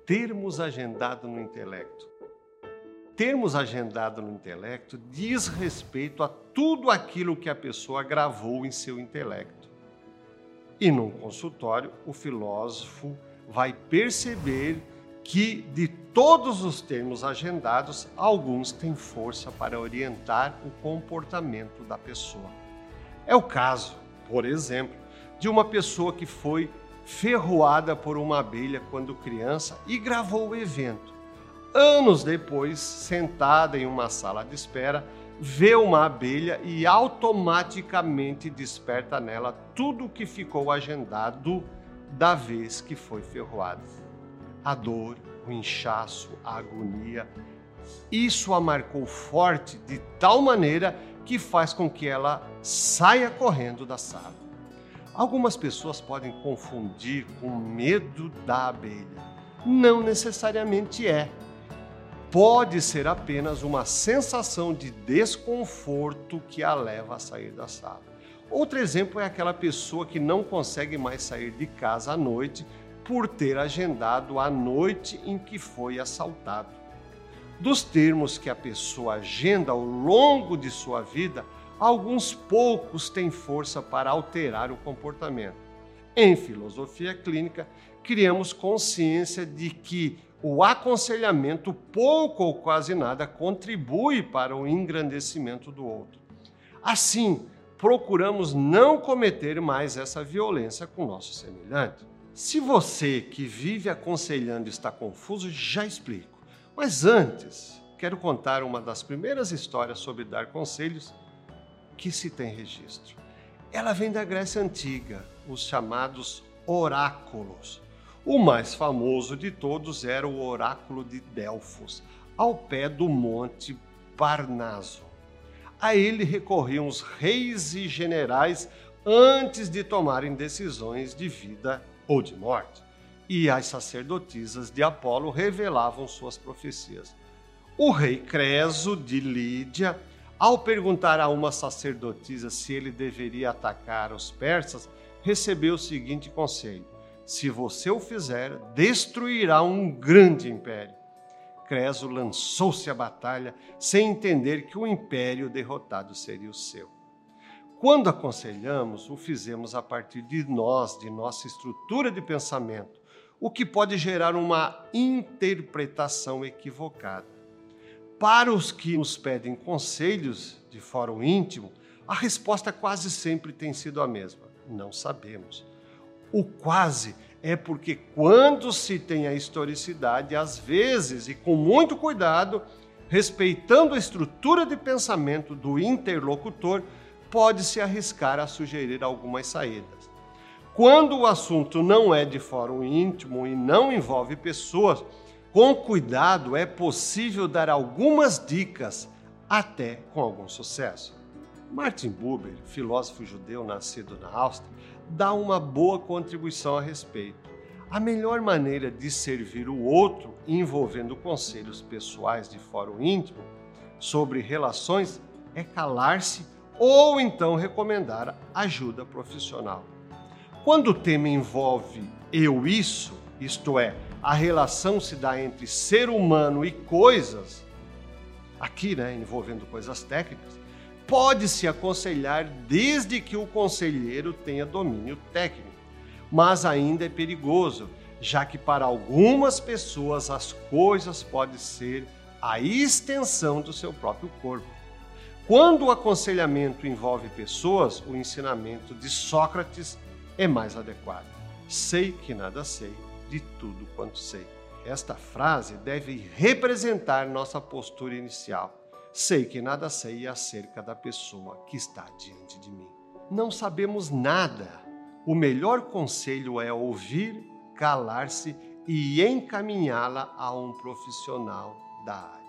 termos agendado no intelecto. Termos agendado no intelecto diz respeito a tudo aquilo que a pessoa gravou em seu intelecto. E num consultório, o filósofo vai perceber que de todos os termos agendados, alguns têm força para orientar o comportamento da pessoa. É o caso, por exemplo, de uma pessoa que foi ferroada por uma abelha quando criança e gravou o evento. Anos depois, sentada em uma sala de espera, vê uma abelha e automaticamente desperta nela tudo o que ficou agendado da vez que foi ferroada. A dor, o inchaço, a agonia. Isso a marcou forte de tal maneira que faz com que ela saia correndo da sala. Algumas pessoas podem confundir com medo da abelha. Não necessariamente é. Pode ser apenas uma sensação de desconforto que a leva a sair da sala. Outro exemplo é aquela pessoa que não consegue mais sair de casa à noite por ter agendado a noite em que foi assaltado. Dos termos que a pessoa agenda ao longo de sua vida, alguns poucos têm força para alterar o comportamento. Em filosofia clínica, criamos consciência de que o aconselhamento pouco ou quase nada contribui para o engrandecimento do outro. Assim, procuramos não cometer mais essa violência com nosso semelhante. Se você que vive aconselhando está confuso, já explico. Mas antes, quero contar uma das primeiras histórias sobre dar conselhos que se tem registro. Ela vem da Grécia Antiga, os chamados oráculos. O mais famoso de todos era o oráculo de Delfos, ao pé do Monte Parnaso. A ele recorriam os reis e generais antes de tomarem decisões de vida ou de morte, e as sacerdotisas de Apolo revelavam suas profecias. O rei Creso de Lídia, ao perguntar a uma sacerdotisa se ele deveria atacar os persas, recebeu o seguinte conselho: se você o fizer, destruirá um grande império. Creso lançou-se à batalha sem entender que o império derrotado seria o seu. Quando aconselhamos, o fizemos a partir de nós, de nossa estrutura de pensamento, o que pode gerar uma interpretação equivocada. Para os que nos pedem conselhos de fórum íntimo, a resposta quase sempre tem sido a mesma: não sabemos. O quase é porque quando se tem a historicidade, às vezes, e com muito cuidado, respeitando a estrutura de pensamento do interlocutor, pode-se arriscar a sugerir algumas saídas. Quando o assunto não é de fórum íntimo e não envolve pessoas, com cuidado é possível dar algumas dicas, até com algum sucesso. Martin Buber, filósofo judeu nascido na Áustria, dá uma boa contribuição a respeito. A melhor maneira de servir o outro, envolvendo conselhos pessoais de fórum íntimo sobre relações, é calar-se ou então recomendar ajuda profissional. Quando o tema envolve eu-isso, isto é, a relação se dá entre ser humano e coisas, aqui, envolvendo coisas técnicas, pode-se aconselhar desde que o conselheiro tenha domínio técnico, mas ainda é perigoso, já que para algumas pessoas as coisas podem ser a extensão do seu próprio corpo. Quando o aconselhamento envolve pessoas, o ensinamento de Sócrates é mais adequado. Sei que nada sei, de tudo quanto sei. Esta frase deve representar nossa postura inicial. Sei que nada sei acerca da pessoa que está diante de mim. Não sabemos nada. O melhor conselho é ouvir, calar-se e encaminhá-la a um profissional da área.